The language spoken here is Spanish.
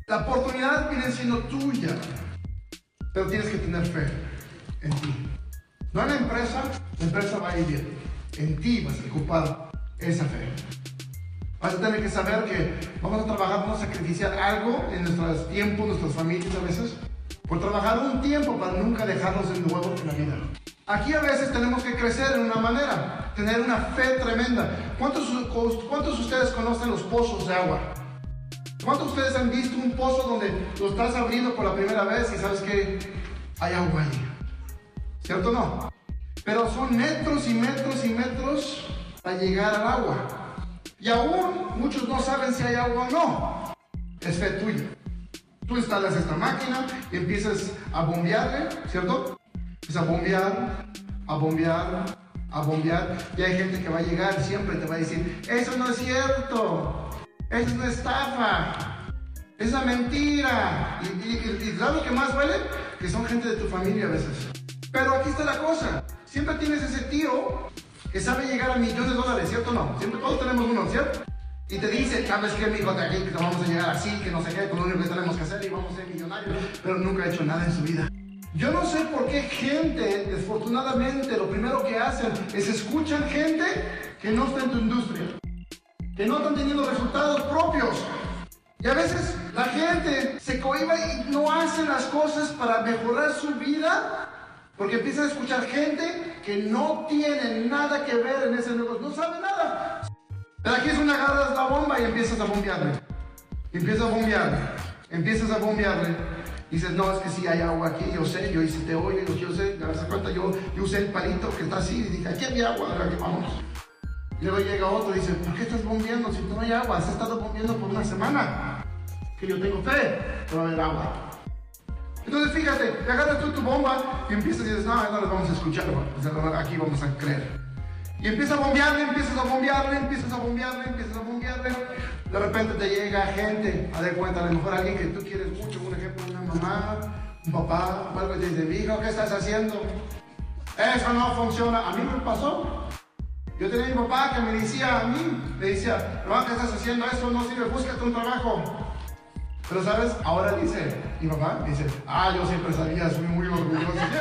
La oportunidad viene siendo tuya, pero tienes que tener fe en ti. No en la empresa va a ir bien. En ti vas a ocupar esa fe. Vas a tener que saber que vamos a trabajar, vamos a sacrificar algo en nuestros tiempos, nuestras familias a veces, por trabajar un tiempo para nunca dejarnos de nuevo en la vida. Aquí a veces tenemos que crecer en una manera, tener una fe tremenda. ¿Cuántos de ustedes conocen los pozos de agua? ¿Cuántos de ustedes han visto un pozo donde lo estás abriendo por la primera vez y sabes que hay agua ahí? ¿Cierto o no? Pero son metros y metros y metros para llegar al agua. Y aún muchos no saben si hay agua o no. Es fe tuya. Tú instalas esta máquina y empiezas a bombearle, ¿cierto? Empiezas a bombear, a bombear, a bombear. Y hay gente que va a llegar y siempre te va a decir, eso no es cierto, eso es una estafa, es una mentira. Y ¿sabes lo que más duele? Que son gente de tu familia a veces. Pero aquí está la cosa. Siempre tienes ese tío que sabe llegar a millones de dólares, ¿cierto o no? Siempre todos tenemos uno, ¿cierto? Y te dice, ¿sabes qué, mijo? De aquí que vamos a llegar así, que no sé qué, con lo único que tenemos que hacer y vamos a ser millonarios. Pero nunca ha hecho nada en su vida. Yo no sé por qué gente, desfortunadamente, lo primero que hacen es escuchan gente que no está en tu industria, que no están teniendo resultados propios. Y a veces la gente se cohíba y no hace las cosas para mejorar su vida porque empieza a escuchar gente que no tiene nada que ver en ese negocio, no sabe nada. Pero aquí es una agarras la bomba y empiezas a bombearle. Empiezas a bombearle. Empiezas a bombearle. Dices, no, es que sí hay agua aquí, yo sé, yo hice te oye, yo sé, te das cuenta, yo usé el palito que está así y dije, aquí hay agua, ahora que vamos. Y luego llega otro y dice, ¿por qué estás bombeando si no hay agua? Has estado bombeando por una semana. Que yo tengo fe, que va a haber agua. Entonces fíjate, te agarras tú tu bomba y empiezas y dices, no les vamos a escuchar, pues aquí vamos a creer. Y empiezas a bombearle, empiezas a bombearle, empiezas a bombearle, empiezas a bombearle. De repente te llega gente, a dar cuenta, a lo mejor alguien que tú quieres mucho, un ejemplo, una mamá, un papá, o algo, y te dice, hijo, ¿qué estás haciendo? Eso no funciona. A mí me pasó. Yo tenía mi papá que me decía a mí, me decía, no, ¿qué estás haciendo? Eso no sirve, búscate un trabajo. Pero sabes, ahora dice, mi papá dice, yo siempre sabía, soy muy orgulloso.